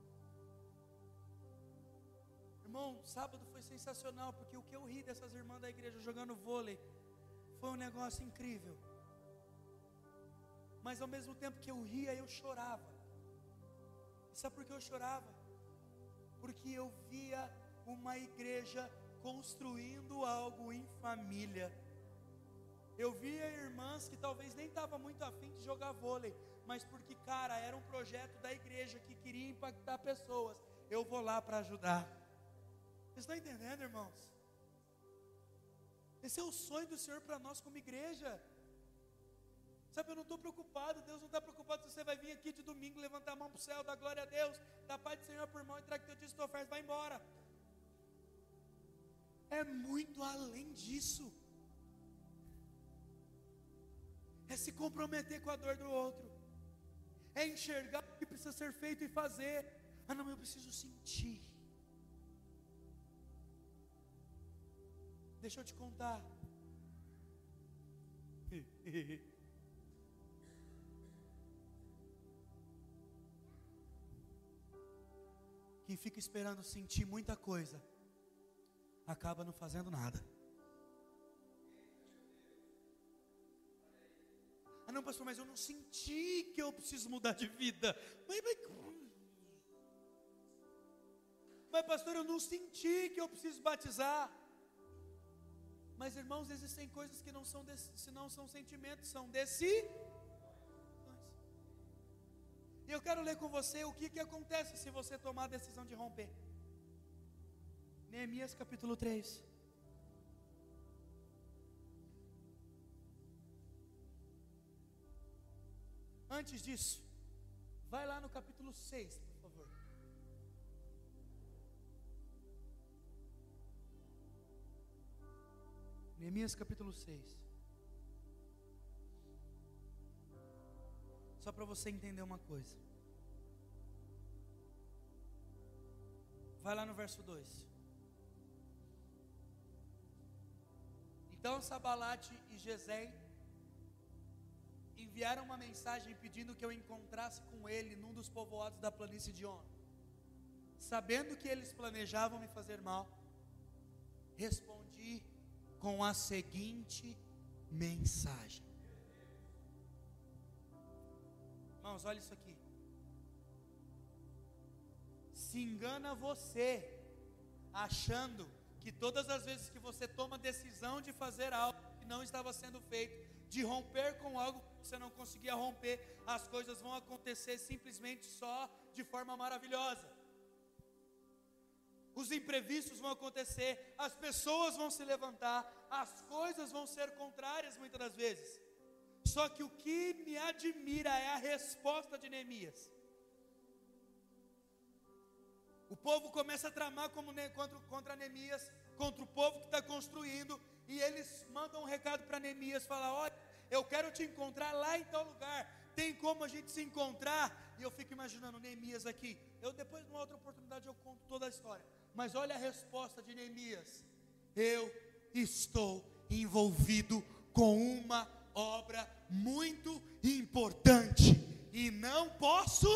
Irmão, sábado foi sensacional, porque o que eu ri dessas irmãs da igreja jogando vôlei foi um negócio incrível. Mas ao mesmo tempo que eu ria, eu chorava. Sabe por que eu chorava? Porque eu via uma igreja construindo algo em família. Eu via irmãs que talvez nem estavam muito afim de jogar vôlei, mas porque, cara, era um projeto da igreja que queria impactar pessoas. Eu vou lá para ajudar. Vocês estão entendendo, irmãos? Esse é o sonho do Senhor para nós como igreja. Sabe, eu não estou preocupado, Deus não está preocupado se você vai vir aqui de domingo, levantar a mão para o céu, dar glória a Deus, dar paz do Senhor por mão, entrega teu dízimo, tua oferta, vai embora. É muito além disso. É se comprometer com a dor do outro. É enxergar o que precisa ser feito e fazer. Ah não, eu preciso sentir. Deixa eu te contar. Quem fica esperando sentir muita coisa, acaba não fazendo nada. Ah não, pastor, mas eu não senti que eu preciso mudar de vida. Mas pastor, eu não senti que eu preciso batizar. Mas irmãos, existem coisas que não são sentimentos, são decisões. E eu quero ler com você o que acontece se você tomar a decisão de romper. Neemias capítulo 3. Antes disso, vai lá no capítulo 6, por favor. Neemias capítulo 6. Só para você entender uma coisa. Vai lá no verso 2. Então Sabalate e Gesem enviaram uma mensagem pedindo que eu encontrasse com ele num dos povoados da planície de On. Sabendo que eles planejavam me fazer mal, respondi com a seguinte mensagem. Irmãos, olha isso aqui. Se engana você, achando que todas as vezes que você toma a decisão de fazer algo que não estava sendo feito, de romper com algo que você não conseguia romper, as coisas vão acontecer simplesmente só de forma maravilhosa. Os imprevistos vão acontecer, as pessoas vão se levantar, as coisas vão ser contrárias muitas das vezes. Só que o que me admira é a resposta de Neemias. O povo começa a tramar contra Neemias, contra o povo que está construindo, e eles mandam um recado para Neemias, falar: olha, eu quero te encontrar lá em tal lugar, tem como a gente se encontrar? E eu fico imaginando Neemias aqui, depois numa outra oportunidade eu conto toda a história, mas olha a resposta de Neemias: eu estou envolvido com uma obra muito importante, e não posso.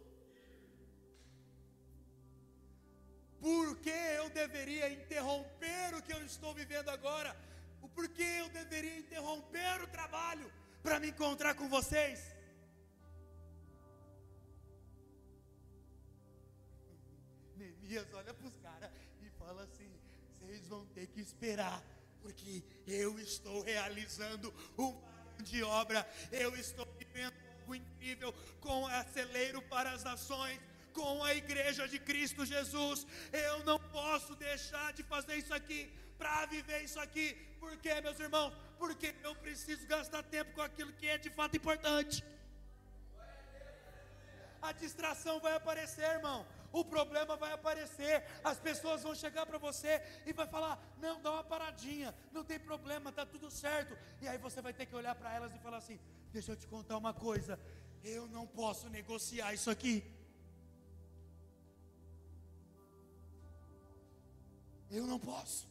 Por que eu deveria interromper o que eu estou vivendo agora? Por que eu deveria interromper o trabalho para me encontrar com vocês? Neemias olha para os caras e fala assim: vocês vão ter que esperar, porque eu estou realizando uma grande obra, eu estou vivendo algo incrível com a celeiro para as nações, com a igreja de Cristo Jesus. Eu não posso deixar de fazer isso aqui, para viver isso aqui. Por quê, meus irmãos? Porque eu preciso gastar tempo com aquilo que é de fato importante. A distração vai aparecer, irmão, o problema vai aparecer, as pessoas vão chegar para você e vai falar: não, dá uma paradinha, não tem problema, está tudo certo. E aí você vai ter que olhar para elas e falar assim: deixa eu te contar uma coisa, eu não posso negociar isso aqui. Eu não posso.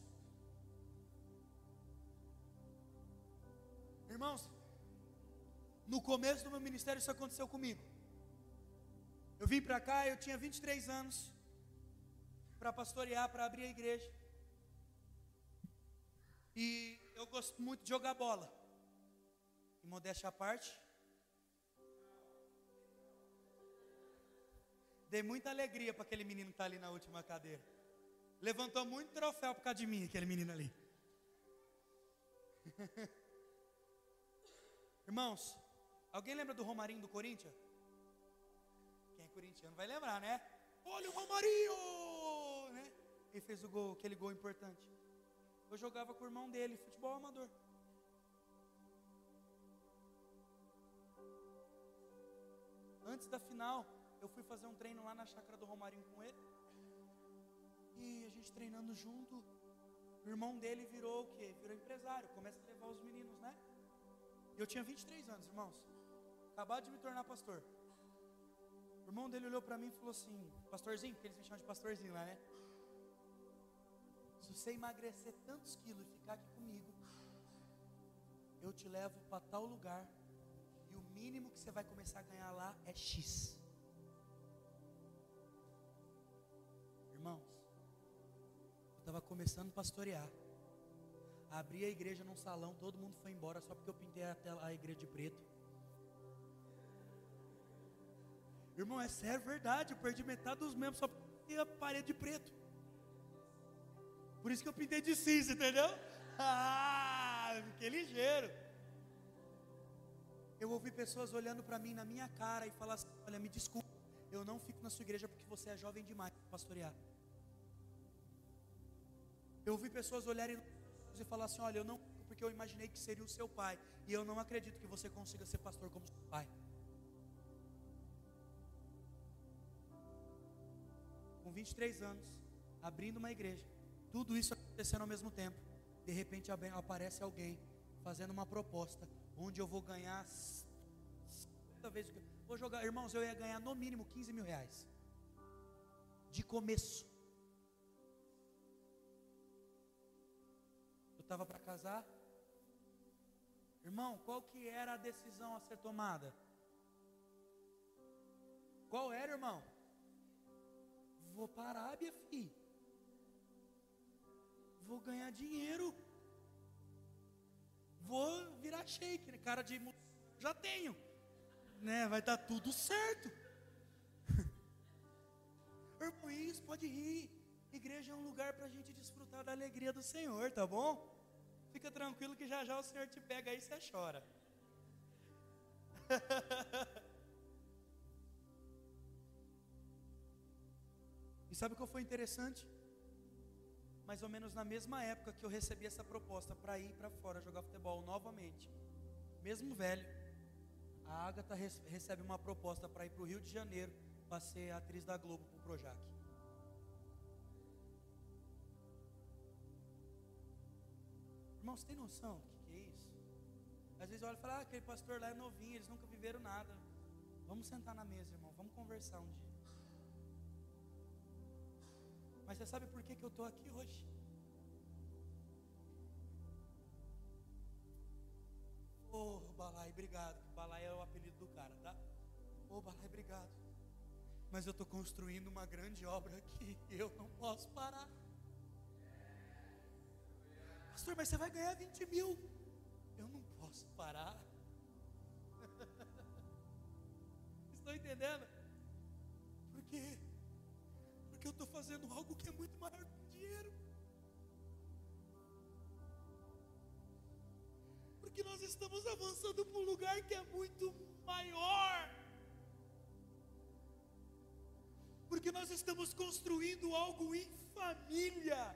Irmãos, no começo do meu ministério isso aconteceu comigo. Eu vim para cá, eu tinha 23 anos, para pastorear, para abrir a igreja. E eu gosto muito de jogar bola. E modéstia à parte, Dei muita alegria para aquele menino que está ali na última cadeira. Levantou muito troféu por causa de mim, aquele menino ali. Irmãos, alguém lembra do Romarinho do Corinthians? Quem é corintiano vai lembrar, né? Olha o Romarinho! Né? Ele fez o gol, aquele gol importante. Eu jogava com o irmão dele, futebol amador. Antes da final, eu fui fazer um treino lá na chácara do Romarinho com ele. E a gente treinando junto. O irmão dele virou o quê? Virou empresário, começa a levar os meninos, né? Eu tinha 23 anos, irmãos. Acabado de me tornar pastor. O irmão dele olhou para mim e falou assim, pastorzinho, porque eles me chamam de pastorzinho lá, né? Se você emagrecer tantos quilos e ficar aqui comigo, eu te levo para tal lugar e o mínimo que você vai começar a ganhar lá é X. Irmãos, eu estava começando a pastorear. Abri a igreja num salão, todo mundo foi embora só porque eu pintei a igreja de preto. Irmão, é sério, verdade, eu perdi metade dos membros só porque eu pintei a parede de preto. Por isso que eu pintei de cinza, entendeu? Fiquei ligeiro. Eu ouvi pessoas olhando para mim na minha cara e falar assim, olha, me desculpa, eu não fico na sua igreja porque você é jovem demais para pastorear. Eu ouvi pessoas olharem e falar assim, olha, eu não fico porque eu imaginei que seria o seu pai, e eu não acredito que você consiga ser pastor como seu pai. Com 23 anos, abrindo uma igreja, tudo isso acontecendo ao mesmo tempo. De repente aparece alguém fazendo uma proposta onde eu vou ganhar 50 vezes. Vou jogar, irmãos, eu ia ganhar no mínimo 15 mil reais de começo. Eu estava para casar. Irmão, qual que era a decisão a ser tomada? Qual era, irmão? Vou para a Arábia, filho. Vou ganhar dinheiro. Vou virar shake, né? Cara de já tenho, né? Vai dar tudo certo. Irmão, isso, pode rir. Igreja é um lugar para a gente desfrutar da alegria do Senhor, tá bom? Fica tranquilo que já já o Senhor te pega aí e você chora. E sabe o que foi interessante? Mais ou menos na mesma época que eu recebi essa proposta para ir para fora jogar futebol novamente, mesmo velho, a Agatha recebe uma proposta para ir para o Rio de Janeiro para ser atriz da Globo para o Projac. Irmãos, tem noção do que é isso? Às vezes eu olho e falo, aquele pastor lá é novinho, eles nunca viveram nada. Vamos sentar na mesa, irmão, vamos conversar um dia. Mas você sabe por que eu estou aqui hoje? Balai, obrigado. Balai é o apelido do cara, tá? Balai, obrigado. Mas eu estou construindo uma grande obra aqui. Eu não posso parar. Pastor, mas você vai ganhar 20 mil. Eu não posso parar. Estão entendendo? Por quê? Porque eu estou fazendo algo que é muito maior que o dinheiro. Porque nós estamos avançando para um lugar que é muito maior. Porque nós estamos construindo algo em família.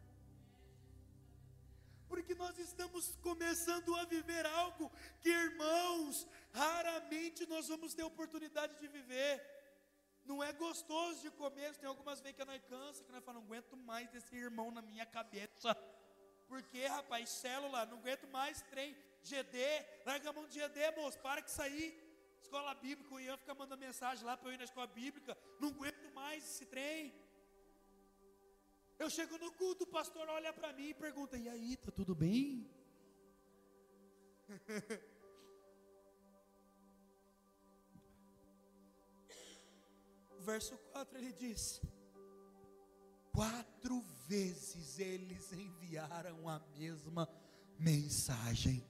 Porque nós estamos começando a viver algo que, irmãos, raramente nós vamos ter oportunidade de viver. Não é gostoso de começo, tem algumas vezes que nós cansa, que nós falamos, não aguento mais desse irmão na minha cabeça. Porque, rapaz, célula, não aguento mais trem, GD, larga a mão de GD, moço, para que sair. Escola bíblica, o Ian fica mandando mensagem lá para eu ir na escola bíblica, não aguento mais esse trem. Eu chego no culto, o pastor olha para mim e pergunta, e aí, tá tudo bem? Verso 4 ele diz, 4 vezes eles enviaram a mesma mensagem,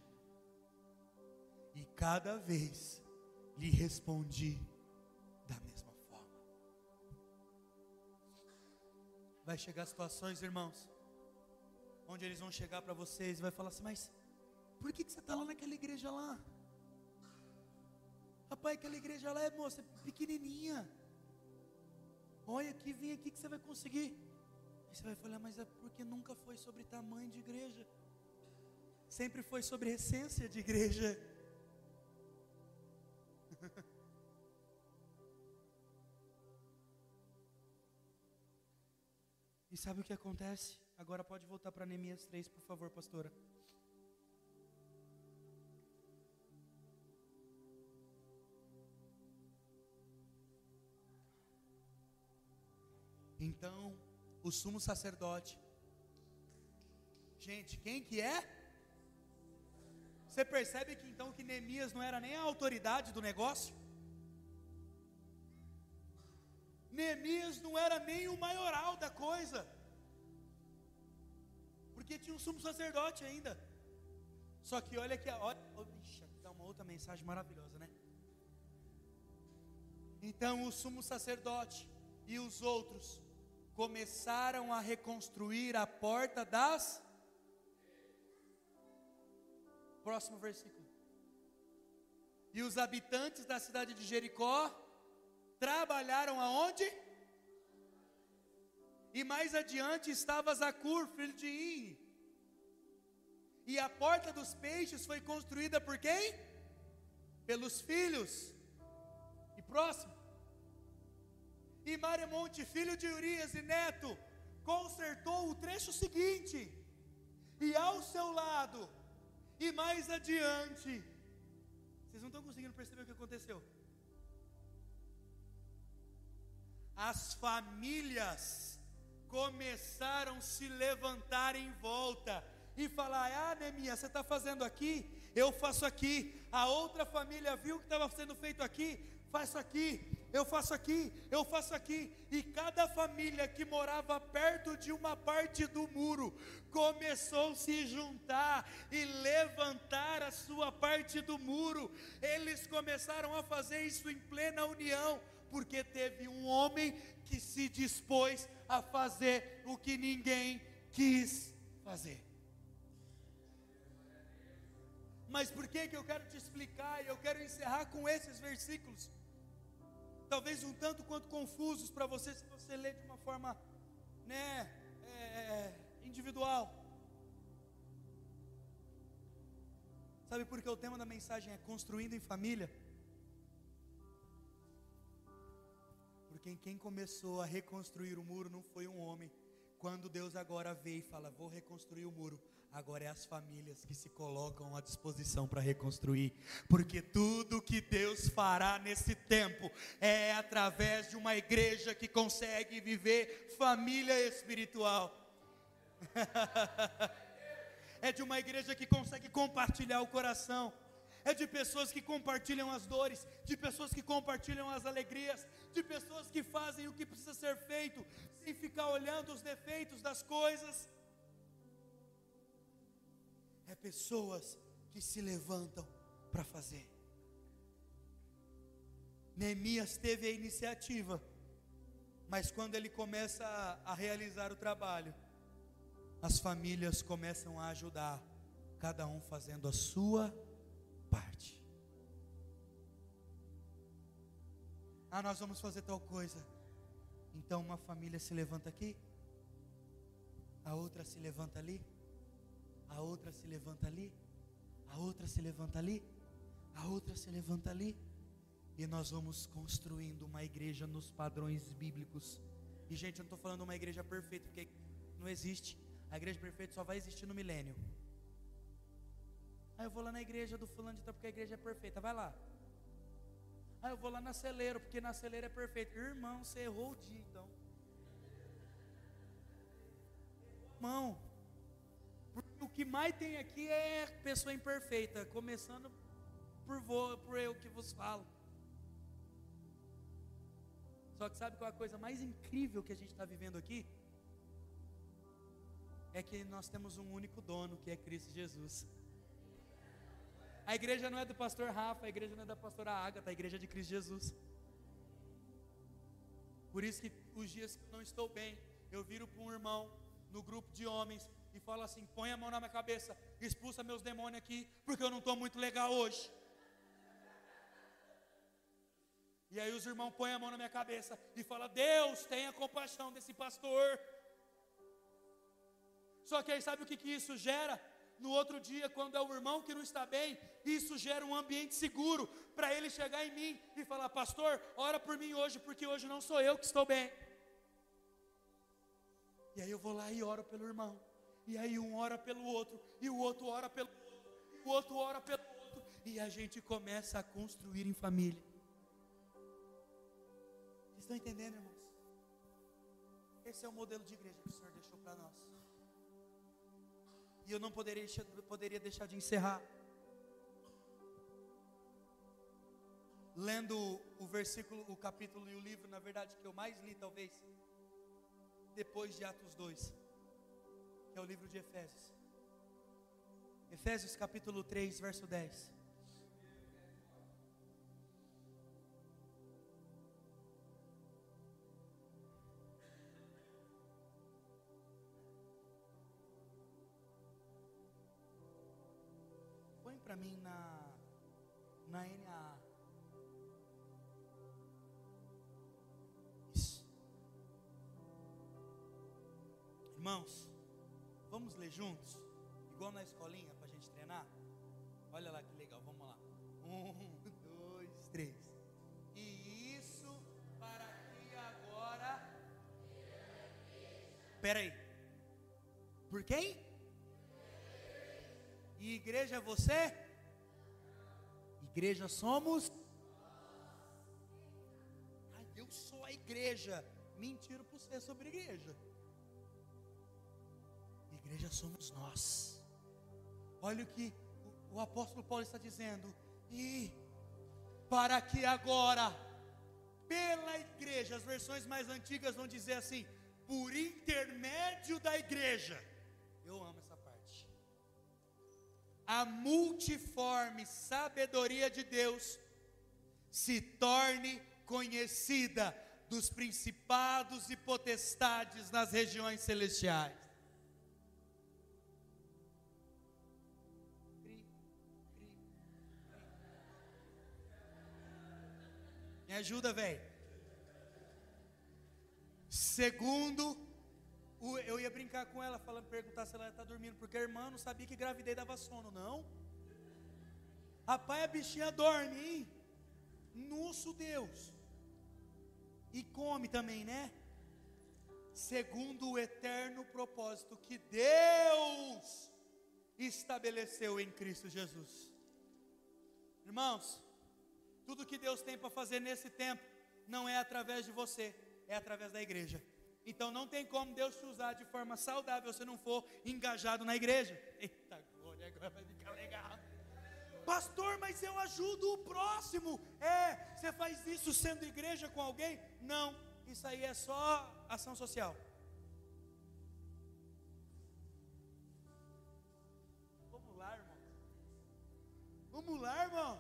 e cada vez lhe respondi da mesma forma. Vai chegar situações, irmãos, onde eles vão chegar para vocês e vai falar assim: mas por que você está lá naquela igreja lá? Rapaz, aquela igreja lá moça, é pequenininha. Olha aqui, vem aqui que você vai conseguir. Aí você vai falar: mas é porque nunca foi sobre tamanho de igreja, sempre foi sobre essência de igreja. E sabe o que acontece? Agora pode voltar para Neemias 3, por favor, pastora. Então, o sumo sacerdote. Gente, quem que é? Você percebe que então que Neemias não era nem a autoridade do negócio? Neemias não era nem o maioral da coisa, porque tinha um sumo sacerdote ainda. Só que olha aqui, olha, dá uma outra mensagem maravilhosa, né? Então o sumo sacerdote e os outros começaram a reconstruir a porta das... Próximo versículo. E os habitantes da cidade de Jericó trabalharam aonde? E mais adiante estava Zacur, filho de Imri. E a porta dos peixes foi construída por quem? Pelos filhos. E próximo. E Maremonte, filho de Urias e neto, consertou o trecho seguinte. E ao seu lado, e mais adiante, vocês não estão conseguindo perceber o que aconteceu? As famílias começaram a se levantar em volta e falar: ah, Neemias, você está fazendo aqui, eu faço aqui. A outra família viu o que estava sendo feito aqui, faço aqui, eu faço aqui, eu faço aqui. E cada família que morava perto de uma parte do muro começou a se juntar e levantar a sua parte do muro. Eles começaram a fazer isso em plena união, porque teve um homem que se dispôs a fazer o que ninguém quis fazer. Mas por que eu quero te explicar, e eu quero encerrar com esses versículos, talvez um tanto quanto confusos para você, se você ler de uma forma, individual. Sabe por que o tema da mensagem é construindo em família? Porque quem começou a reconstruir o muro não foi um homem. Quando Deus agora veio e fala: vou reconstruir o muro, agora é as famílias que se colocam à disposição para reconstruir. Porque tudo que Deus fará nesse tempo é através de uma igreja que consegue viver família espiritual. É de uma igreja que consegue compartilhar o coração. É de pessoas que compartilham as dores, de pessoas que compartilham as alegrias, de pessoas que fazem o que precisa ser feito, sem ficar olhando os defeitos das coisas. É pessoas que se levantam para fazer. Neemias teve a iniciativa, mas quando ele começa a realizar o trabalho, as famílias começam a ajudar, cada um fazendo a sua parte. Ah, nós vamos fazer tal coisa. Então uma família se levanta aqui, a outra se levanta ali, a outra se levanta ali, a outra se levanta ali, a outra se levanta ali, e nós vamos construindo uma igreja nos padrões bíblicos. E gente, eu não estou falando uma igreja perfeita, porque não existe. A igreja perfeita só vai existir no milênio. Ah, eu vou lá na igreja do fulano de tal porque a igreja é perfeita, vai lá. Ah, eu vou lá na Celeiro, porque na Celeiro é perfeito. Irmão, você errou o dia então. Irmão, o que mais tem aqui é pessoa imperfeita, começando por eu que vos falo. Só que sabe qual é a coisa mais incrível que a gente está vivendo aqui? É que nós temos um único dono, que é Cristo Jesus. A igreja não é do pastor Rafa, a igreja não é da pastora Ágata, a igreja é de Cristo Jesus. Por isso que os dias que eu não estou bem, eu viro para um irmão no grupo de homens e falo assim: põe a mão na minha cabeça, expulsa meus demônios aqui, porque eu não estou muito legal hoje. E aí os irmãos põem a mão na minha cabeça e falam: Deus, tenha compaixão desse pastor. Só que aí sabe o que isso gera? No outro dia, quando é o irmão que não está bem, isso gera um ambiente seguro para ele chegar em mim e falar: pastor, ora por mim hoje, porque hoje não sou eu que estou bem. E aí eu vou lá e oro pelo irmão. E aí um ora pelo outro, e o outro ora pelo outro, e o outro ora pelo outro, e a gente começa a construir em família. Vocês estão entendendo, irmãos? Esse é o modelo de igreja que o Senhor deixou para nós. E eu não poderia deixar de encerrar lendo o versículo, o capítulo e o livro, na verdade, que eu mais li talvez, depois de Atos 2, que é o livro de Efésios. Efésios capítulo 3, verso 10. Põe para mim na NAA. Isso. Irmãos, vamos ler juntos? Igual na escolinha, para a gente treinar? Olha lá que legal, vamos lá. 1, 2, 3. E isso para que agora... Espera aí. Por quem? E igreja é você? Igreja somos? Ai, eu sou a igreja. Mentira para você sobre igreja. Igreja somos nós. Olha o que o apóstolo Paulo está dizendo. E para que agora, pela igreja, as versões mais antigas vão dizer assim: por intermédio da igreja. Eu amo essa parte. A multiforme sabedoria de Deus se torne conhecida dos principados e potestades nas regiões celestiais. Me ajuda, velho. Segundo, eu ia brincar com ela, perguntar se ela está dormindo, porque a irmã não sabia que gravidez dava sono, não. Rapaz, a bichinha dorme, hein? Nosso Deus. E come também, né? Segundo o eterno propósito que Deus estabeleceu em Cristo Jesus. Irmãos, tudo que Deus tem para fazer nesse tempo não é através de você, é através da igreja. Então não tem como Deus te usar de forma saudável se não for engajado na igreja. Eita glória, agora vai ficar legal. Pastor, mas eu ajudo o próximo. Você faz isso sendo igreja com alguém? Não, isso aí é só ação social. Vamos lá, irmãos. Vamos lá, irmãos.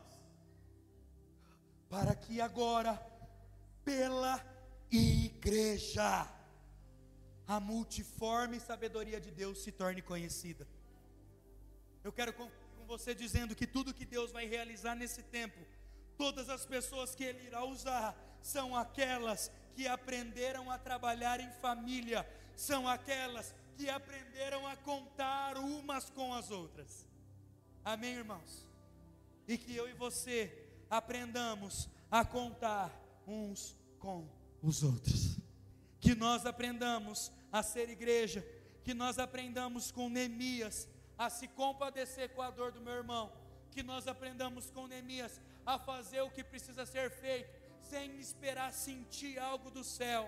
Para que agora, pela igreja, a multiforme sabedoria de Deus se torne conhecida. Eu quero concluir com você dizendo que tudo que Deus vai realizar nesse tempo, todas as pessoas que Ele irá usar, são aquelas que aprenderam a trabalhar em família, são aquelas que aprenderam a contar umas com as outras. Amém, irmãos? E que eu e você aprendamos a contar uns com os outros. Que nós aprendamos a ser igreja. Que nós aprendamos com Neemias a se compadecer com a dor do meu irmão. Que nós aprendamos com Neemias a fazer o que precisa ser feito, sem esperar sentir algo do céu.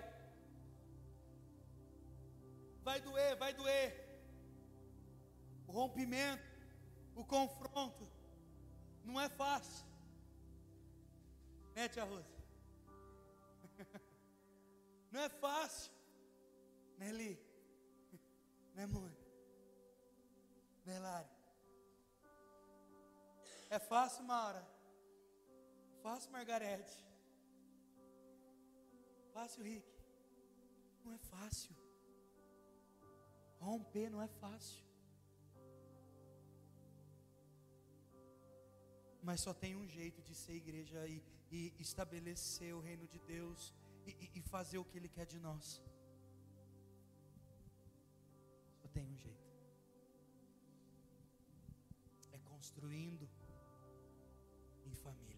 Vai doer, vai doer. O rompimento, o confronto, não é fácil. Né, tia Rosa? Não é fácil. Né, Li? Né, mãe? Né, Lari? É fácil, Maura? Fácil, Margarete? Fácil, Rick? Não é fácil. Romper não é fácil. Mas só tem um jeito de ser igreja e estabelecer o reino de Deus e fazer o que Ele quer de nós. Só tem um jeito. É construindo em família.